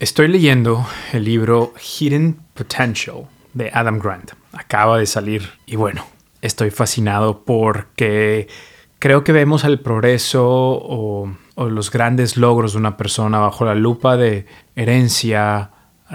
Estoy leyendo el libro Hidden Potential de Adam Grant. Acaba de salir y bueno, estoy fascinado porque creo que vemos el progreso o los grandes logros de una persona bajo la lupa de herencia,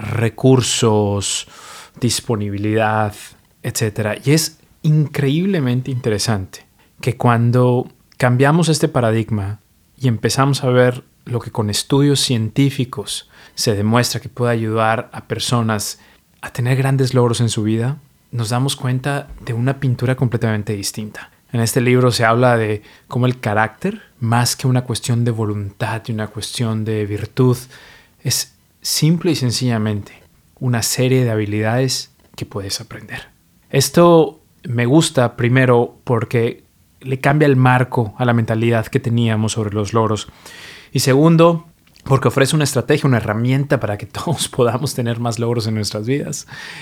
recursos, disponibilidad, etc. Y es increíblemente interesante que cuando cambiamos este paradigma y empezamos a ver lo que con estudios científicos se demuestra que puede ayudar a personas a tener grandes logros en su vida, nos damos cuenta de una pintura completamente distinta. En este libro se habla de cómo el carácter, más que una cuestión de voluntad y una cuestión de virtud, es simple y sencillamente una serie de habilidades que puedes aprender. Esto me gusta primero porque le cambia el marco a la mentalidad que teníamos sobre los logros. Y segundo, porque ofrece una estrategia, una herramienta para que todos podamos tener más logros en nuestras vidas.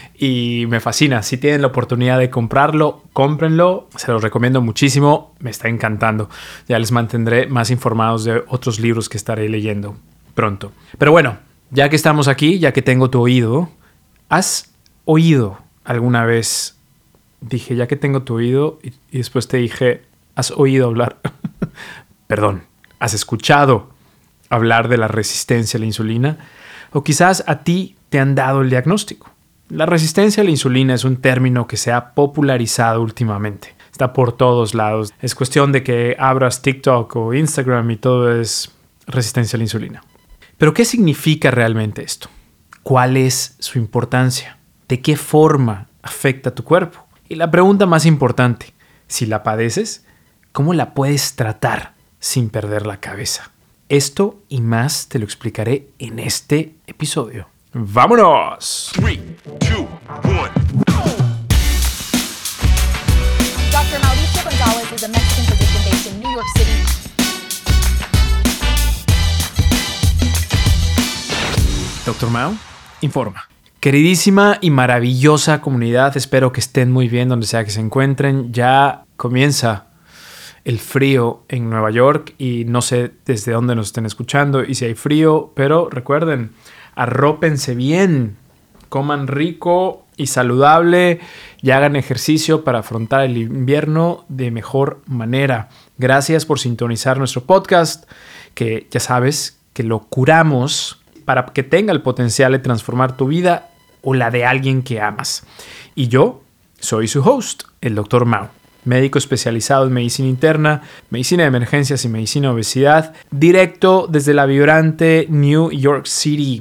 Y me fascina. Si tienen la oportunidad de comprarlo, cómprenlo. Se los recomiendo muchísimo. Me está encantando. Ya les mantendré más informados de otros libros que estaré leyendo pronto. Pero bueno, ya que estamos aquí, ya que tengo tu oído, ¿has oído alguna vez? Dije, ya que tengo tu oído, y después te dije, ¿has oído hablar? Perdón, ¿has escuchado hablar de la resistencia a la insulina? O quizás a ti te han dado el diagnóstico. La resistencia a la insulina es un término que se ha popularizado últimamente. Está por todos lados. Es cuestión de que abras TikTok o Instagram y todo es resistencia a la insulina. Pero ¿qué significa realmente esto? ¿Cuál es su importancia? ¿De qué forma afecta a tu cuerpo? Y la pregunta más importante, si la padeces, ¿cómo la puedes tratar sin perder la cabeza? Esto y más te lo explicaré en este episodio. ¡Vámonos! 3, 2, 1. Dr. Mauricio Gonzalez is a Mexican physician based in New York City. Dr. Mau informa. Queridísima y maravillosa comunidad, espero que estén muy bien donde sea que se encuentren. Ya comienza el frío en Nueva York y no sé desde dónde nos estén escuchando y si hay frío, pero recuerden, arrópense bien, coman rico y saludable y hagan ejercicio para afrontar el invierno de mejor manera. Gracias por sintonizar nuestro podcast, que ya sabes que lo curamos para que tenga el potencial de transformar tu vida o la de alguien que amas. Y yo soy su host, el Dr. Mau, médico especializado en medicina interna, medicina de emergencias y medicina de obesidad, directo desde la vibrante New York City.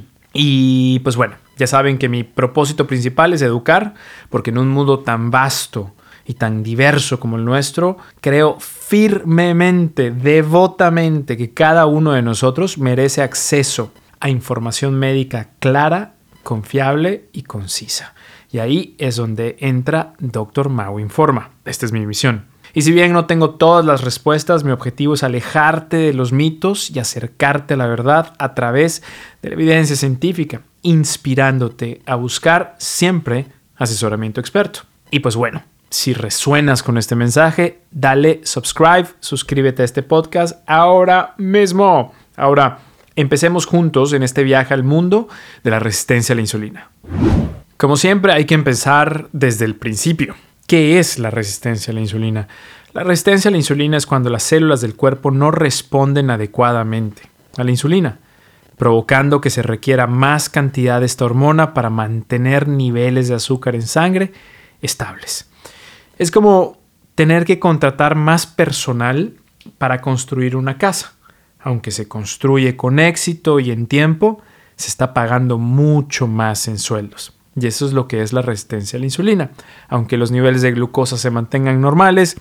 Y pues bueno, ya saben que mi propósito principal es educar, porque en un mundo tan vasto y tan diverso como el nuestro, creo firmemente, devotamente, que cada uno de nosotros merece acceso a información médica clara, confiable y concisa. Y ahí es donde entra Dr. Mau Informa. Esta es mi misión. Y si bien no tengo todas las respuestas, mi objetivo es alejarte de los mitos y acercarte a la verdad a través de la evidencia científica, inspirándote a buscar siempre asesoramiento experto. Y pues bueno, si resuenas con este mensaje, dale subscribe, suscríbete a este podcast ahora mismo. Ahora, empecemos juntos en este viaje al mundo de la resistencia a la insulina. Como siempre, hay que empezar desde el principio. ¿Qué es la resistencia a la insulina? La resistencia a la insulina es cuando las células del cuerpo no responden adecuadamente a la insulina, provocando que se requiera más cantidad de esta hormona para mantener niveles de azúcar en sangre estables. Es como tener que contratar más personal para construir una casa. Aunque se construye con éxito y en tiempo, se está pagando mucho más en sueldos. Y eso es lo que es la resistencia a la insulina. Aunque los niveles de glucosa se mantengan normales,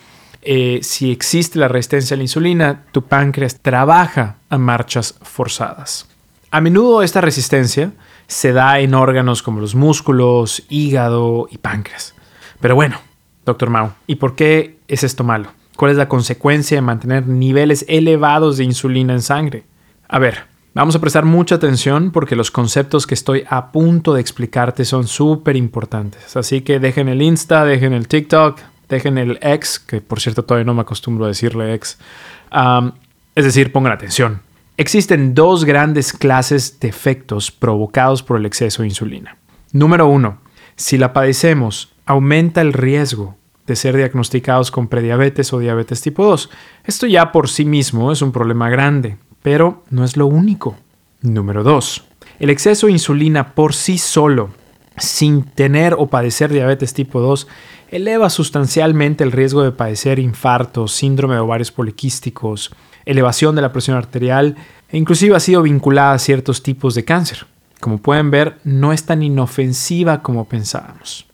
si existe la resistencia a la insulina, tu páncreas trabaja a marchas forzadas. A menudo esta resistencia se da en órganos como los músculos, hígado y páncreas. Pero bueno, Dr. Mau, ¿y por qué es esto malo? ¿Cuál es la consecuencia de mantener niveles elevados de insulina en sangre? A ver, vamos a prestar mucha atención porque los conceptos que estoy a punto de explicarte son súper importantes. Así que dejen el Insta, dejen el TikTok, dejen el X, que por cierto todavía no me acostumbro a decirle X. Es decir, pongan atención. Existen dos grandes clases de efectos provocados por el exceso de insulina. Número 1. Si la padecemos, aumenta el riesgo de ser diagnosticados con prediabetes o diabetes tipo 2. Esto ya por sí mismo es un problema grande, pero no es lo único. Número 2. El exceso de insulina por sí solo, sin tener o padecer diabetes tipo 2, eleva sustancialmente el riesgo de padecer infartos, síndrome de ovarios poliquísticos, elevación de la presión arterial e inclusive ha sido vinculada a ciertos tipos de cáncer. Como pueden ver, no es tan inofensiva como pensábamos.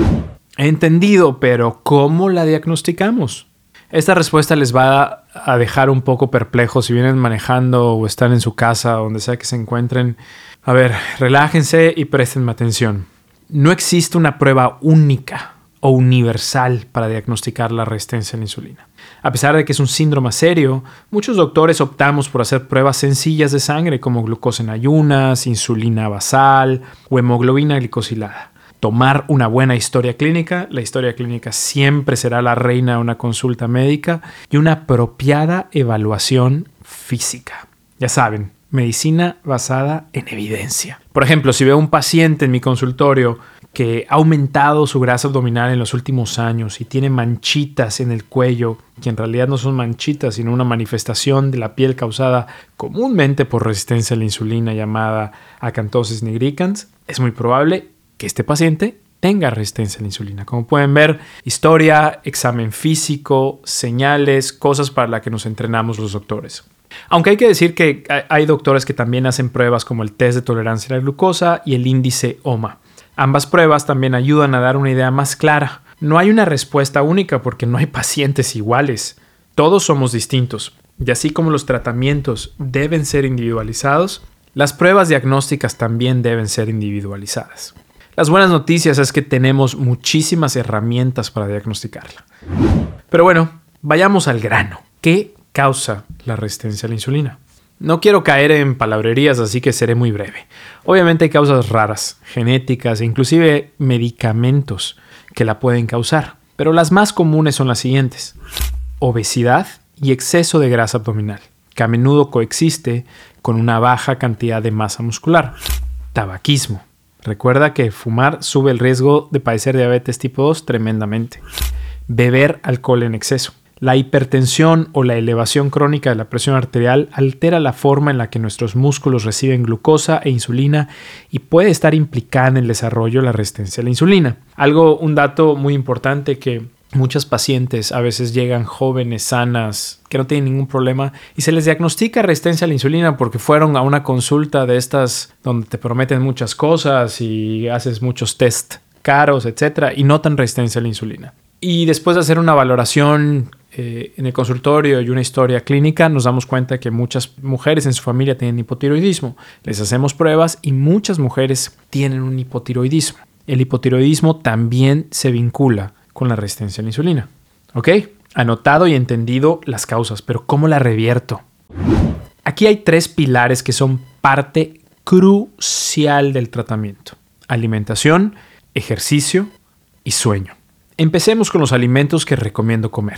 He entendido, pero ¿cómo la diagnosticamos? Esta respuesta les va a dejar un poco perplejos si vienen manejando o están en su casa, donde sea que se encuentren. A ver, relájense y préstenme atención. No existe una prueba única o universal para diagnosticar la resistencia a la insulina. A pesar de que es un síndrome serio, muchos doctores optamos por hacer pruebas sencillas de sangre como glucosa en ayunas, insulina basal o hemoglobina glicosilada. Tomar una buena historia clínica. La historia clínica siempre será la reina de una consulta médica y una apropiada evaluación física. Ya saben, medicina basada en evidencia. Por ejemplo, si veo un paciente en mi consultorio que ha aumentado su grasa abdominal en los últimos años y tiene manchitas en el cuello, que en realidad no son manchitas, sino una manifestación de la piel causada comúnmente por resistencia a la insulina llamada acantosis nigricans, es muy probable que este paciente tenga resistencia a la insulina. Como pueden ver, historia, examen físico, señales, cosas para las que nos entrenamos los doctores. Aunque hay que decir que hay doctores que también hacen pruebas como el test de tolerancia a la glucosa y el índice OMA. Ambas pruebas también ayudan a dar una idea más clara. No hay una respuesta única porque no hay pacientes iguales. Todos somos distintos. Y así como los tratamientos deben ser individualizados, las pruebas diagnósticas también deben ser individualizadas. Las buenas noticias es que tenemos muchísimas herramientas para diagnosticarla. Pero bueno, vayamos al grano. ¿Qué causa la resistencia a la insulina? No quiero caer en palabrerías, así que seré muy breve. Obviamente hay causas raras, genéticas e inclusive medicamentos que la pueden causar, pero las más comunes son las siguientes: obesidad y exceso de grasa abdominal, que a menudo coexiste con una baja cantidad de masa muscular. Tabaquismo. Recuerda que fumar sube el riesgo de padecer diabetes tipo 2 tremendamente. Beber alcohol en exceso. La hipertensión o la elevación crónica de la presión arterial altera la forma en la que nuestros músculos reciben glucosa e insulina y puede estar implicada en el desarrollo de la resistencia a la insulina. Un dato muy importante que muchas pacientes a veces llegan jóvenes, sanas, que no tienen ningún problema y se les diagnostica resistencia a la insulina porque fueron a una consulta de estas donde te prometen muchas cosas y haces muchos test caros, etcétera, y notan resistencia a la insulina. Y después de hacer una valoración en el consultorio y una historia clínica, nos damos cuenta que muchas mujeres en su familia tienen hipotiroidismo. Les hacemos pruebas y muchas mujeres tienen un hipotiroidismo. El hipotiroidismo también se vincula con la resistencia a la insulina. ¿Ok? Anotado y entendido las causas, pero ¿cómo la revierto? Aquí hay 3 pilares que son parte crucial del tratamiento: alimentación, ejercicio y sueño. Empecemos con los alimentos que recomiendo comer.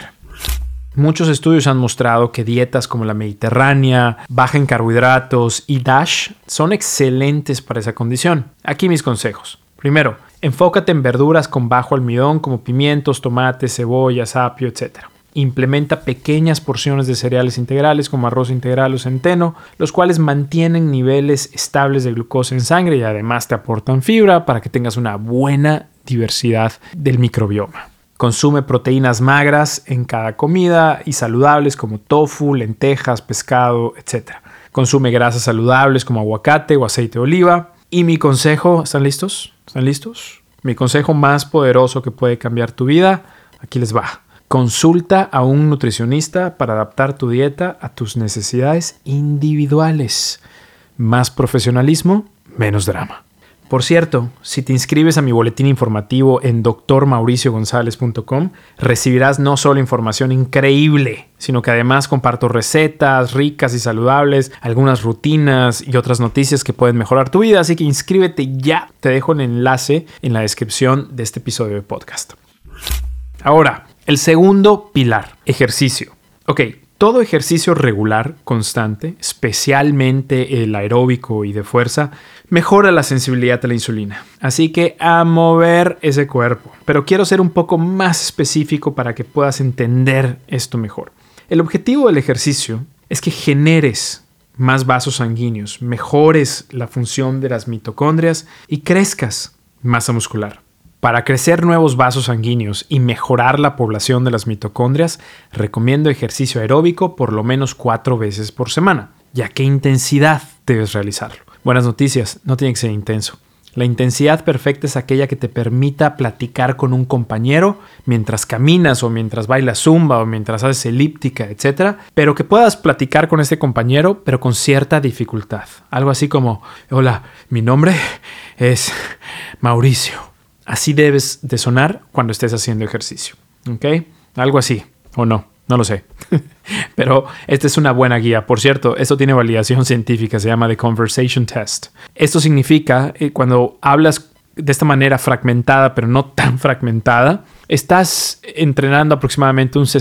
Muchos estudios han mostrado que dietas como la mediterránea, baja en carbohidratos y DASH son excelentes para esa condición. Aquí mis consejos. Primero, enfócate en verduras con bajo almidón como pimientos, tomates, cebollas, apio, etc. Implementa pequeñas porciones de cereales integrales como arroz integral o centeno, los cuales mantienen niveles estables de glucosa en sangre y además te aportan fibra para que tengas una buena diversidad del microbioma. Consume proteínas magras en cada comida y saludables como tofu, lentejas, pescado, etc. Consume grasas saludables como aguacate o aceite de oliva. Y mi consejo, ¿están listos? ¿Están listos? Mi consejo más poderoso que puede cambiar tu vida, aquí les va. Consulta a un nutricionista para adaptar tu dieta a tus necesidades individuales. Más profesionalismo, menos drama. Por cierto, si te inscribes a mi boletín informativo en drmauriciogonzalez.com, recibirás no solo información increíble, sino que además comparto recetas ricas y saludables, algunas rutinas y otras noticias que pueden mejorar tu vida, así que inscríbete ya. Te dejo el enlace en la descripción de este episodio de podcast. Ahora, el segundo pilar, ejercicio. Ok, Todo ejercicio regular, constante, especialmente el aeróbico y de fuerza, mejora la sensibilidad a la insulina. Así que a mover ese cuerpo. Pero quiero ser un poco más específico para que puedas entender esto mejor. El objetivo del ejercicio es que generes más vasos sanguíneos, mejores la función de las mitocondrias y crezcas masa muscular. Para crecer nuevos vasos sanguíneos y mejorar la población de las mitocondrias, recomiendo ejercicio aeróbico por lo menos 4 veces por semana. ¿Y a qué intensidad debes realizarlo? Buenas noticias, no tiene que ser intenso. La intensidad perfecta es aquella que te permita platicar con un compañero mientras caminas o mientras bailas zumba o mientras haces elíptica, etc. Pero que puedas platicar con este compañero, pero con cierta dificultad. Algo así como, hola, mi nombre es Mauricio. Así debes de sonar cuando estés haciendo ejercicio, ¿ok? Algo así, o no lo sé. Pero esta es una buena guía. Por cierto, esto tiene validación científica, se llama The Conversation Test. Esto significa cuando hablas de esta manera fragmentada, pero no tan fragmentada, estás entrenando aproximadamente un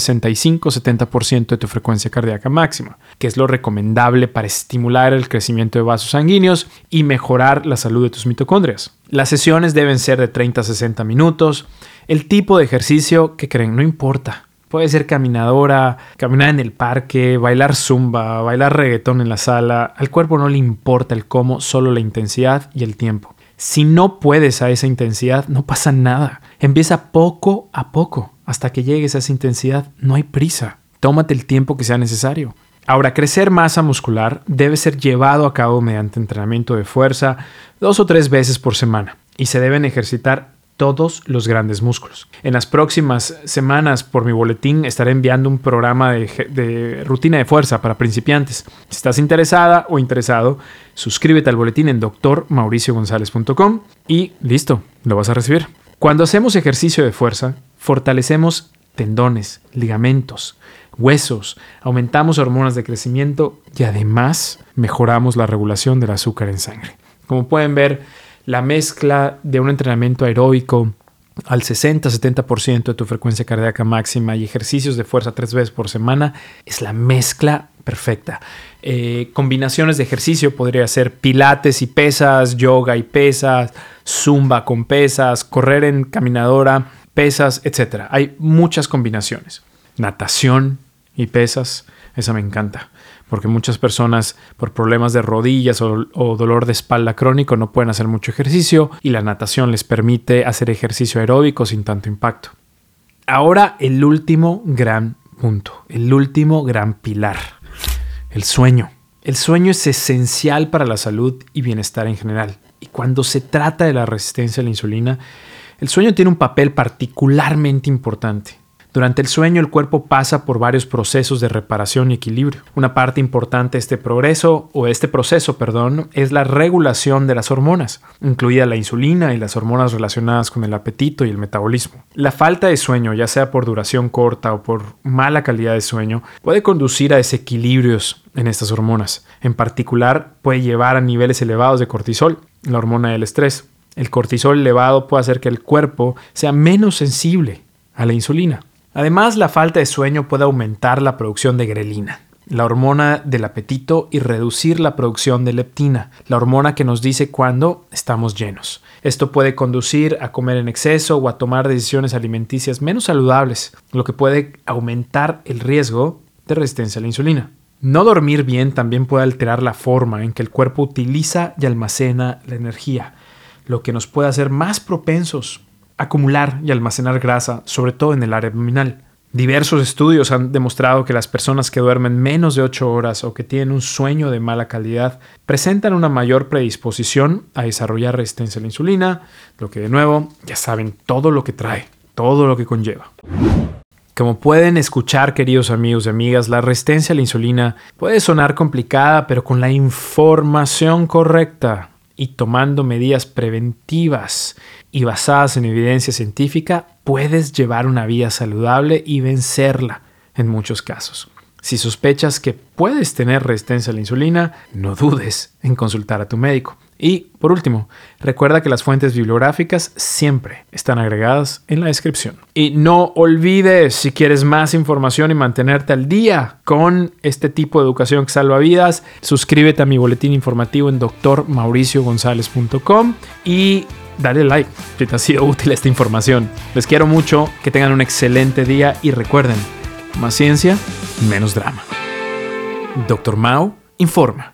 65-70% de tu frecuencia cardíaca máxima, que es lo recomendable para estimular el crecimiento de vasos sanguíneos y mejorar la salud de tus mitocondrias. Las sesiones deben ser de 30 a 60 minutos. El tipo de ejercicio, ¿qué creen? No importa. Puede ser caminadora, caminar en el parque, bailar zumba, bailar reggaetón en la sala. Al cuerpo no le importa el cómo, solo la intensidad y el tiempo. Si no puedes a esa intensidad, no pasa nada. Empieza poco a poco. Hasta que llegues a esa intensidad, no hay prisa. Tómate el tiempo que sea necesario. Ahora, crecer masa muscular debe ser llevado a cabo mediante entrenamiento de fuerza 2 o 3 veces por semana y se deben ejercitar todos los grandes músculos. En las próximas semanas, por mi boletín, estaré enviando un programa de rutina de fuerza para principiantes. Si estás interesada o interesado, suscríbete al boletín en drmauriciogonzalez.com y listo, lo vas a recibir. Cuando hacemos ejercicio de fuerza, fortalecemos tendones, ligamentos, huesos, aumentamos hormonas de crecimiento y además mejoramos la regulación del azúcar en sangre. Como pueden ver, la mezcla de un entrenamiento aeróbico al 60-70% de tu frecuencia cardíaca máxima y ejercicios de fuerza 3 veces por semana es la mezcla perfecta. Combinaciones de ejercicio podría ser pilates y pesas, yoga y pesas, zumba con pesas, correr en caminadora, pesas, etc. Hay muchas combinaciones. Natación y pesas, esa me encanta. Porque muchas personas por problemas de rodillas o dolor de espalda crónico no pueden hacer mucho ejercicio y la natación les permite hacer ejercicio aeróbico sin tanto impacto. Ahora el último gran punto, el último gran pilar, el sueño. El sueño es esencial para la salud y bienestar en general. Y cuando se trata de la resistencia a la insulina, el sueño tiene un papel particularmente importante. Durante el sueño, el cuerpo pasa por varios procesos de reparación y equilibrio. Una parte importante de este proceso, es la regulación de las hormonas, incluida la insulina y las hormonas relacionadas con el apetito y el metabolismo. La falta de sueño, ya sea por duración corta o por mala calidad de sueño, puede conducir a desequilibrios en estas hormonas. En particular, puede llevar a niveles elevados de cortisol, la hormona del estrés. El cortisol elevado puede hacer que el cuerpo sea menos sensible a la insulina. Además, la falta de sueño puede aumentar la producción de grelina, la hormona del apetito, y reducir la producción de leptina, la hormona que nos dice cuando estamos llenos. Esto puede conducir a comer en exceso o a tomar decisiones alimenticias menos saludables, lo que puede aumentar el riesgo de resistencia a la insulina. No dormir bien también puede alterar la forma en que el cuerpo utiliza y almacena la energía, lo que nos puede hacer más propensos acumular y almacenar grasa, sobre todo en el área abdominal. Diversos estudios han demostrado que las personas que duermen menos de 8 horas o que tienen un sueño de mala calidad presentan una mayor predisposición a desarrollar resistencia a la insulina, lo que de nuevo ya saben todo lo que trae, todo lo que conlleva. Como pueden escuchar, queridos amigos y amigas, la resistencia a la insulina puede sonar complicada, pero con la información correcta y tomando medidas preventivas y basadas en evidencia científica, puedes llevar una vida saludable y vencerla en muchos casos. Si sospechas que puedes tener resistencia a la insulina, no dudes en consultar a tu médico. Y, por último, recuerda que las fuentes bibliográficas siempre están agregadas en la descripción. Y no olvides, si quieres más información y mantenerte al día con este tipo de educación que salva vidas, suscríbete a mi boletín informativo en drmauriciogonzalez.com y dale like si te ha sido útil esta información. Les quiero mucho, que tengan un excelente día y recuerden, más ciencia, menos drama. Dr. Mao informa.